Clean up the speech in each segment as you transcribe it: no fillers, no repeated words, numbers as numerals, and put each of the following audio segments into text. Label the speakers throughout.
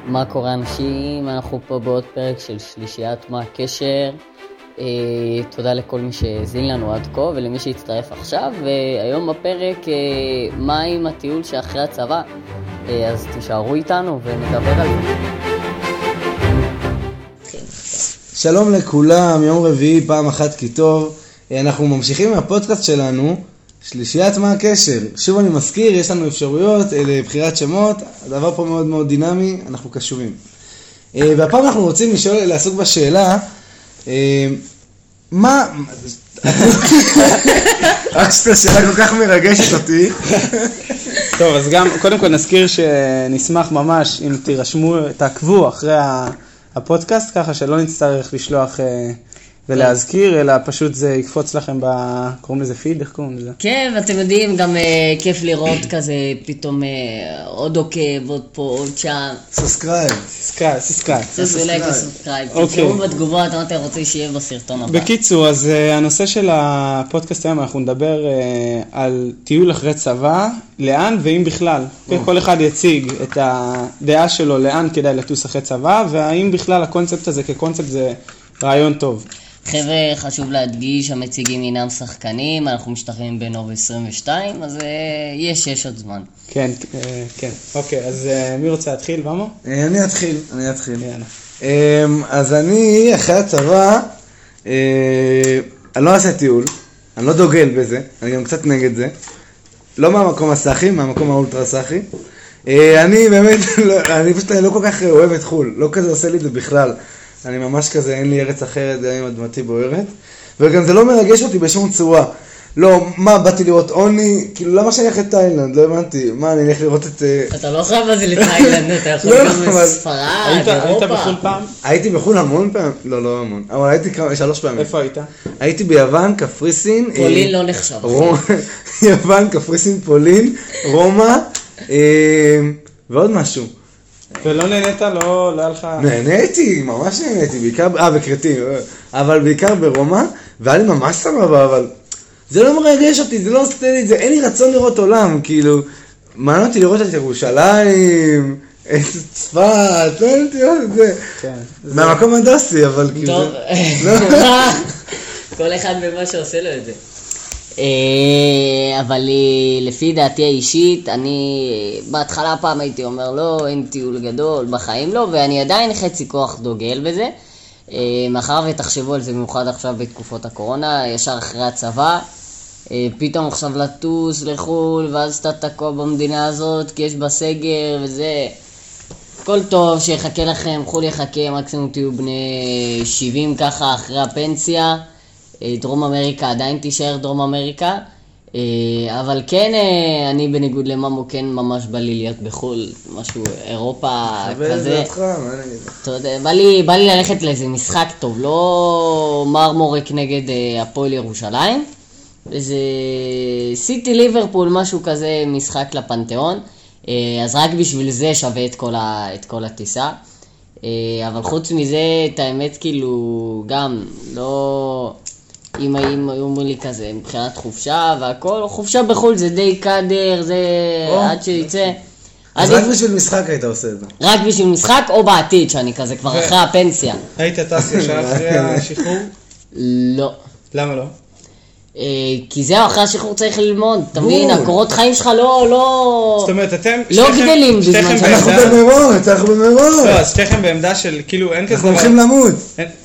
Speaker 1: מה קורה אנשים? אנחנו פה בעוד פרק של שלישיית מה הקשר. תודה לכל מי שהזין לנו עד כה ולמי שהצטרף עכשיו. והיום בפרק מה עם הטיול שאחרי הצבא. אז תישארו איתנו ונדבר על זה.
Speaker 2: שלום לכולם, יום רביעי פעם אחת כי טוב. אנחנו ממשיכים מהפודקאסט שלנו, שלישיית מה הקשר. שוב אני מזכיר, יש לנו אפשרויות לבחירת שמות, הדבר פה מאוד מאוד דינמי, אנחנו קשובים. והפעם אנחנו רוצים לעסוק בשאלה, מה... רק שאת השאלה כל כך מרגשת אותי.
Speaker 3: טוב, אז גם קודם כל נזכיר שנשמח ממש אם תירשמו, תעקבו אחרי הפודקאסט, ככה שלא נצטרך לשלוח ולהזכיר, אלא פשוט זה יקפוץ לכם קוראים לזה פיד, איך קוראים לזה?
Speaker 1: כן, ואתם יודעים, גם כיף לראות כזה פתאום עוד עוקב, עוד פה, עוד שם.
Speaker 2: סאסקרייב.
Speaker 1: תעשו לייק וסאסקרייב. תקראו בתגובות מה אתם רוצים שיהיה בסרטון הבא.
Speaker 3: בקיצור, אז הנושא של הפודקאסט היום, אנחנו נדבר על טיול אחרי צבא, לאן ואם בכלל. כל אחד יציג את הדעה שלו לאן כדאי לטוס אחרי צבא, והאם בכלל הקונספט הזה כקונספט זה רעיון טוב.
Speaker 1: חבר'ה, חשוב להדגיש, המציגים אינם שחקנים, אנחנו משתחררים בנוב 22, אז יש עוד זמן.
Speaker 3: כן. אוקיי, אז מי רוצה להתחיל, במה?
Speaker 2: אני אתחיל. אז אני, אחרי הצבא, אני לא עושה טיול, אני לא דוגל בזה, אני גם קצת נגד זה. לא מהמקום הסחי, מהמקום האולטרה סחי. אני באמת, אני פשוט לא כל כך אוהב את חול, לא כזה עושה לי את זה בכלל. אני ממש כזה, אין לי ארץ אחרת, גם אם אדמתי בוערת. וגם זה לא מרגש אותי בשום צורה. לא, מה, באתי לראות עוני? כאילו, למה שאני אלך לתאילנד? לא הבנתי. מה, אני אלך לראות את...
Speaker 1: אתה לא חייב לזה לתאילנד, אתה יכול גם לספרד, אירופה.
Speaker 3: היית בחול פעם?
Speaker 2: הייתי בחול המון פעם. לא המון. אבל הייתי 3 פעמים.
Speaker 3: איפה היית?
Speaker 2: הייתי ביוון, קפריסין.
Speaker 1: פולין לא נחשב.
Speaker 2: יוון, קפריסין, פולין, רומא, ועוד משהו.
Speaker 3: ולא נהנית? לא היה לך...
Speaker 2: נהניתי, ממש נהניתי, בעיקר, בקרטים, אבל בעיקר ברומא, והיה לי ממש סבבה, אבל זה לא מרגש אותי, זה לא עושה לי את זה, אין לי רצון לראות עולם, כאילו, מעניין אותי לראות את ירושלים, את צפת, לא הייתי לראות את זה, מהמקום הדוסי, אבל כאילו...
Speaker 1: טוב, כל אחד במה שעושה לו את זה. אבל לפי דעתי האישית, אני בהתחלה פעם הייתי אומר לא, אין טיול גדול, בחיים לא, ואני עדיין חצי כוח דוגל בזה, מאחר ותחשבו על זה במיוחד עכשיו בתקופות הקורונה, ישר אחרי הצבא, פתאום עכשיו לטוס לחול, ואז אתה תקוע במדינה הזאת, כי יש בה סגר וזה, כל טוב שיחכה לכם, חול יחכה, מקסימום תהיו בני 70 ככה אחרי הפנסיה, דרום אמריקה עדיין תישאר דרום אמריקה, אבל כן, אני בניגוד לממו כן ממש בא לי להיות בחול, משהו אירופה כזה. אתה יודע, בא לי ללכת לאיזה משחק טוב, לא מרמורק נגד הפועל ירושלים, איזה סיטי ליברפול, משהו כזה, משחק לפנתיאון, אז רק בשביל זה שווה את כל הטיסה. אבל חוץ מזה, את האמת כאילו גם לא... אם היו אומרים לי כזה, מבחינת חופשה והכל, חופשה בחול זה די קדר, זה עד שיצא.
Speaker 2: אז רק בשביל משחק היית עושה את זה?
Speaker 1: רק בשביל משחק או בעתיד, שאני כזה כבר אחרי הפנסיה.
Speaker 3: היית טס ישר אחרי השחרור?
Speaker 1: לא.
Speaker 3: למה לא?
Speaker 1: כי זהו, אחרי השחרור צריך ללמוד, אתה מבין, הקורות חיים שלך לא...
Speaker 3: זאת אומרת, אתם...
Speaker 1: לא גדלים בזמן שלך.
Speaker 2: אנחנו במרוץ.
Speaker 3: לא, אז שתיכם בעמדה של, כאילו, אין כזה...
Speaker 2: אנחנו הולכים למות.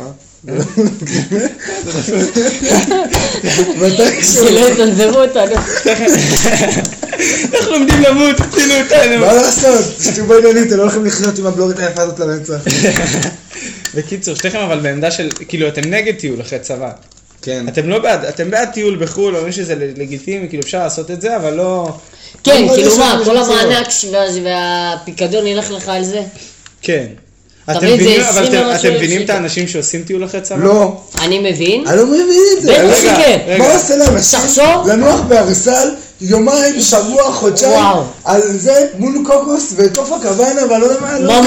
Speaker 1: שלא תנזרו אותנו.
Speaker 3: איך לומדים למות? תצילו אותנו.
Speaker 2: מה לעשות? שתהיו בעניינית, אתם לא הולכים לחיות עם הבלורית היפה הזאת לנצח.
Speaker 3: בקיצור, שתיכם אבל בעמדה של, כאילו, אתם נגד טיול אחרי צבא.
Speaker 2: כן.
Speaker 3: אתם לא בעד, אתם בעד טיול בחו"ל, אומרים שזה לגיטימי, כאילו אפשר לעשות את זה, אבל לא...
Speaker 1: כן, כאילו מה, כל המענק והפיקדון ילך לך על זה?
Speaker 3: כן. אתם מבינים את האנשים שעושים טיול אחרי צבא?
Speaker 2: לא.
Speaker 1: אני מבין.
Speaker 2: אני לא מבין את זה.
Speaker 1: בטח שכן.
Speaker 2: מה עושה לאנשים? לנוח בהרסל יומיים, שבוע, חודשיים, על זה מול קוקוס וקופה קבנה, ואני לא יודע מה, לא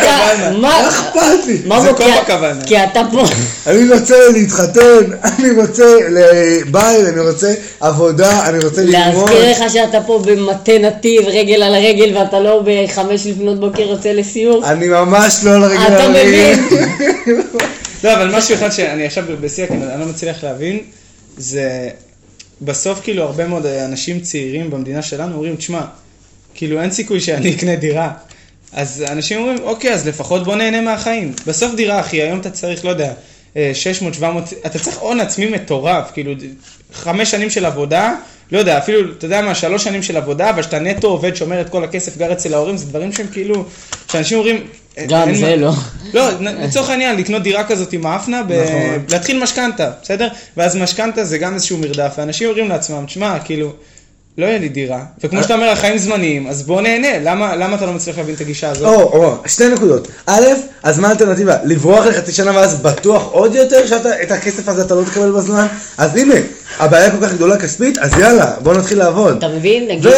Speaker 1: מה
Speaker 2: אכפת לי?
Speaker 3: זה קופה קבנה.
Speaker 1: כי אתה פה.
Speaker 2: אני רוצה להתחתן, אני רוצה לבית, אני רוצה עבודה, אני רוצה ללמוד.
Speaker 1: להזכיר לך שאתה פה במטה נתיב, רגל על הרגל, ואתה לא ב5 לפנות בוקר יוצא לסיור.
Speaker 2: אני ממש לא על הרגל על הרגל.
Speaker 1: אתה מבין?
Speaker 3: לא, אבל משהו אחד שאני עכשיו בשיח, אני לא מצליח להבין, זה בסוף כאילו הרבה מאוד אנשים צעירים במדינה שלנו אומרים, תשמע, כאילו אין סיכוי שאני אקנה דירה. אז אנשים אומרים, אוקיי, אז לפחות בוא נהנה מהחיים. בסוף דירה, אחי, היום אתה צריך, לא יודע, 600, 700, אתה צריך הון עצמי מטורף, כאילו 5 שנים של עבודה, לא יודע, אפילו, אתה יודע מה, 3 שנים של עבודה, אבל שאתה נטו עובד, שומר את כל הכסף, גר אצל ההורים, זה דברים שהם כאילו, שאנשים אומרים,
Speaker 1: גם זה לא.
Speaker 3: לא, לצורך העניין, לקנות דירה כזאת עם האפנה, להתחיל משכנתה, בסדר? ואז משכנתה זה גם איזשהו מרדף, ואנשים אומרים לעצמם, תשמע, כאילו, לא יהיה לי דירה, וכמו שאתה אומר, החיים זמניים, אז בוא נהנה, למה אתה לא מצליח להבין את הגישה הזאת?
Speaker 2: 2 נקודות. א', אז מה האלטרנטיבה? לברוח לחצי שנה ואז בטוח עוד יותר שאת הכסף הזה אתה לא תקבל בזמן? אז הנה, הבעיה כל כך גדולה כספית, אז יאללה, בוא נתחיל לעבוד.
Speaker 1: אתה מבין? נגיד,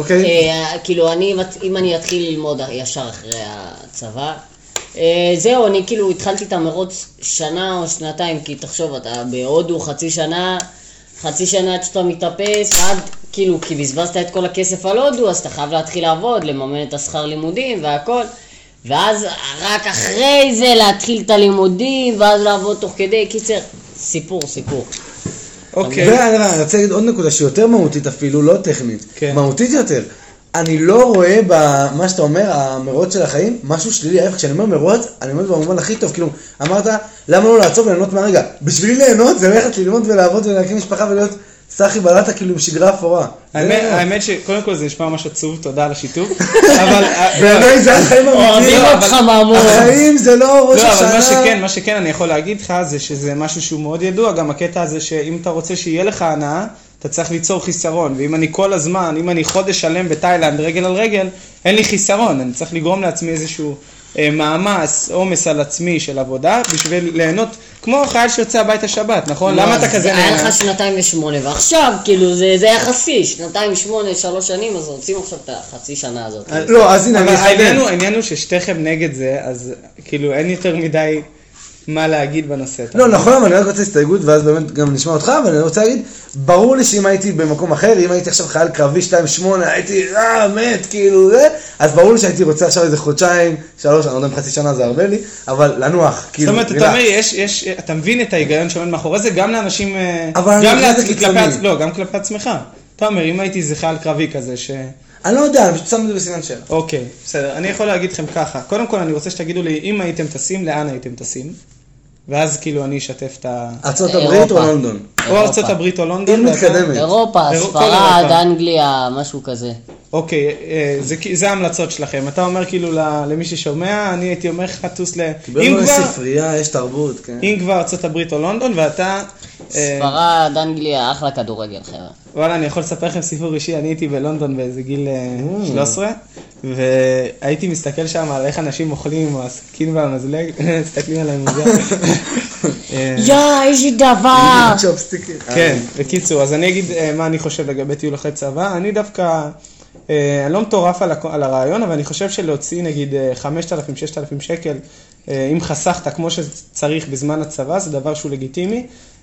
Speaker 1: כאילו אם אני אתחיל ללמוד ישר אחרי הצבא, זהו, אני כאילו התחלתי את המרוץ שנה או שנתיים, כי תחשוב, אתה בהודו חצי שנה עד שאתה מתאפס, ועד כאילו, כי בזבזת את כל הכסף על הודו, אז אתה חייב להתחיל לעבוד, לממן את השכר לימודים והכל, ואז רק אחרי זה להתחיל את הלימודים, ואז לעבוד תוך כדי, קיצר, סיפור.
Speaker 3: אוקיי.
Speaker 2: ואני רוצה להגיד עוד נקודה שהיא יותר מהותית אפילו, לא טכנית, מהותית יותר. אני לא רואה במה שאתה אומר, המרוץ של החיים, משהו שלילי. כשאני אומר מרוץ, אני אומר במובן הכי טוב, כאילו, אמרת, למה לא לעצור וליהנות מהרגע? בשבילי ליהנות זה ללכת ללמוד ולעבוד ולהקים משפחה ולהיות סחי בלטה כאילו עם שגרה אפורה.
Speaker 3: האמת שקודם כל זה נשמע ממש עצוב, תודה על השיתוף. אבל
Speaker 2: בעיניי זה החיים
Speaker 1: אוהבים אותך מאמור.
Speaker 2: החיים זה לא ראש השנה.
Speaker 3: לא, אבל מה שכן אני יכול להגיד לך זה שזה משהו שהוא מאוד ידוע, גם הקטע הזה שאם אתה רוצה שיהיה לך הנאה, אתה צריך ליצור חיסרון, ואם אני כל הזמן, אם אני חודש שלם בתאילנד רגל על רגל, אין לי חיסרון, אני צריך לגרום לעצמי איזשהו מאמץ, עומס על עצמי של עבודה, בשביל ליהנות, כמו חייל שיוצא הביתה שבת, נכון? למה אתה כזה
Speaker 1: נהנה? היה לך 2.8, ועכשיו, כאילו, זה יחסי, 2.8, 3 שנים, אז רוצים עכשיו את החצי שנה הזאת.
Speaker 2: לא, אז הנה,
Speaker 3: אבל העניין הוא ששתיכם נגד זה, אז כאילו אין יותר מדי מה להגיד בנושא.
Speaker 2: לא, נכון, אבל אני רק רוצה הסתייגות, ואז באמת גם נשמע אותך, אבל אני רוצה להגיד, ברור לי שאם הייתי במקום אחר, אם הייתי עכשיו חייל קרבי 2.8, הייתי, מת, כאילו זה, אז ברור לי שהייתי רוצה עכשיו איזה חודשיים, 3, אני לא יודע אם חצי שנה זה הרבה לי, אבל לנוח, כאילו,
Speaker 3: זאת אומרת, אתה אומר, אתה מבין את ההיגיון שעומד מאחורי זה, גם לאנשים, גם כלפי עצמך. אתה אומר, אם הייתי איזה חייל קרבי כזה,
Speaker 2: אני לא יודע, אני פשוט שם את זה בסימן שאלה.
Speaker 3: אוקיי, בסדר, אני יכול להגיד לכם ככה, קודם כל אני רוצה שתגידו לי, אם הייתם טסים, לאן הייתם טסים? ואז כאילו אני אשתף את
Speaker 2: ארצות הברית או לונדון?
Speaker 3: או ארצות הברית או לונדון.
Speaker 2: היא מתקדמת.
Speaker 1: אירופה, ספרד, אנגליה, משהו כזה.
Speaker 3: אוקיי, זה ההמלצות שלכם. אתה אומר כאילו למי ששומע, אני הייתי אומר לך טוס
Speaker 2: קיבלנו לספרייה, יש תרבות, כן.
Speaker 3: אם כבר ארצות הברית או לונדון, ואתה
Speaker 1: ספרד, אנגליה, אחלה כדורגל, חבר'ה.
Speaker 3: וואלה, אני יכול לספר לכם סיפור אישי, אני הייתי בלונדון באיזה גיל 13, והייתי מסתכל שם על איך אנשים אוכלים עם הסכין והמזלג, מסתכלים עליהם מוזר.
Speaker 1: איזה דבר!
Speaker 3: כן, בקיצור, אז אני אגיד מה אני חושב לגבי טיול אחרי צבא. אני דווקא, אני לא מטורף על הרעיון, אבל אני חושב שלהוציא נגיד 5,000-6,000 שקל, אם חסכת כמו שצריך בזמן הצבא, זה דבר שהוא לגיטימי.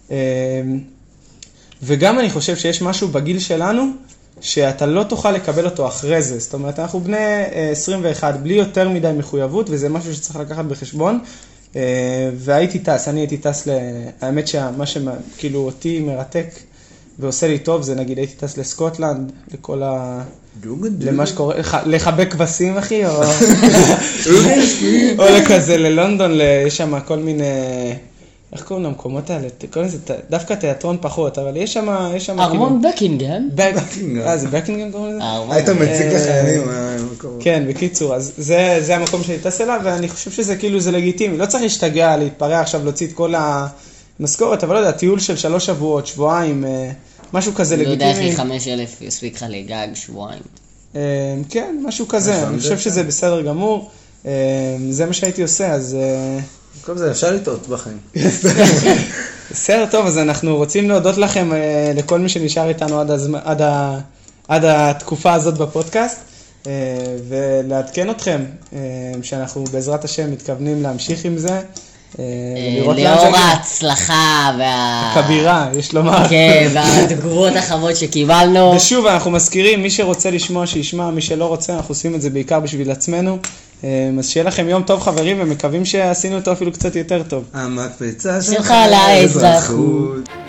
Speaker 3: וגם אני חושב שיש משהו בגיל שלנו, שאתה לא תוכל לקבל אותו אחרי זה. זאת אומרת, אנחנו בני 21, בלי יותר מדי מחויבות, וזה משהו שצריך לקחת בחשבון. והייתי טס, אני הייתי טס, האמת שמה שכאילו אותי מרתק ועושה לי טוב, זה נגיד הייתי טס לסקוטלנד, לכל למה שקורה, לחבק כבשים אחי, או לכזה ללונדון, יש שם כל מיני, איך קוראים למקומות האלה? דווקא תיאטרון פחות, אבל יש שם...
Speaker 1: ארמון בקינגהם.
Speaker 3: זה בקינגהם קוראים לזה?
Speaker 2: היית מציג לחיילים.
Speaker 3: כן, בקיצור, אז זה המקום שאני טס אליו, ואני חושב שזה כאילו זה לגיטימי. לא צריך להשתגע, להתפרע עכשיו, להוציא את כל המשכורת, אבל לא יודע, טיול של 3 שבועות, שבועיים, משהו כזה לגיטימי.
Speaker 1: לא יודע איך 5,000 יספיק לך לגג שבועיים.
Speaker 3: כן, משהו כזה. אני חושב שזה בסדר גמור. זה מה שהייתי עושה, אז...
Speaker 2: כל זה אפשר לטעות בחיים.
Speaker 3: בסדר טוב, אז אנחנו רוצים להודות לכם, לכל מי שנשאר איתנו עד התקופה הזאת בפודקאסט, ולעדכן אתכם שאנחנו בעזרת השם מתכוונים להמשיך עם זה.
Speaker 1: לאור ההצלחה
Speaker 3: הכבירה, יש לומר.
Speaker 1: כן, והתגובות החמות שקיבלנו.
Speaker 3: ושוב, אנחנו מזכירים, מי שרוצה לשמוע שישמע, מי שלא רוצה, אנחנו עושים את זה בעיקר בשביל עצמנו. אז שיהיה לכם יום טוב חברים, ומקווים שעשינו אותו אפילו קצת יותר טוב.
Speaker 2: המקפצה
Speaker 1: שלך לאזרחות.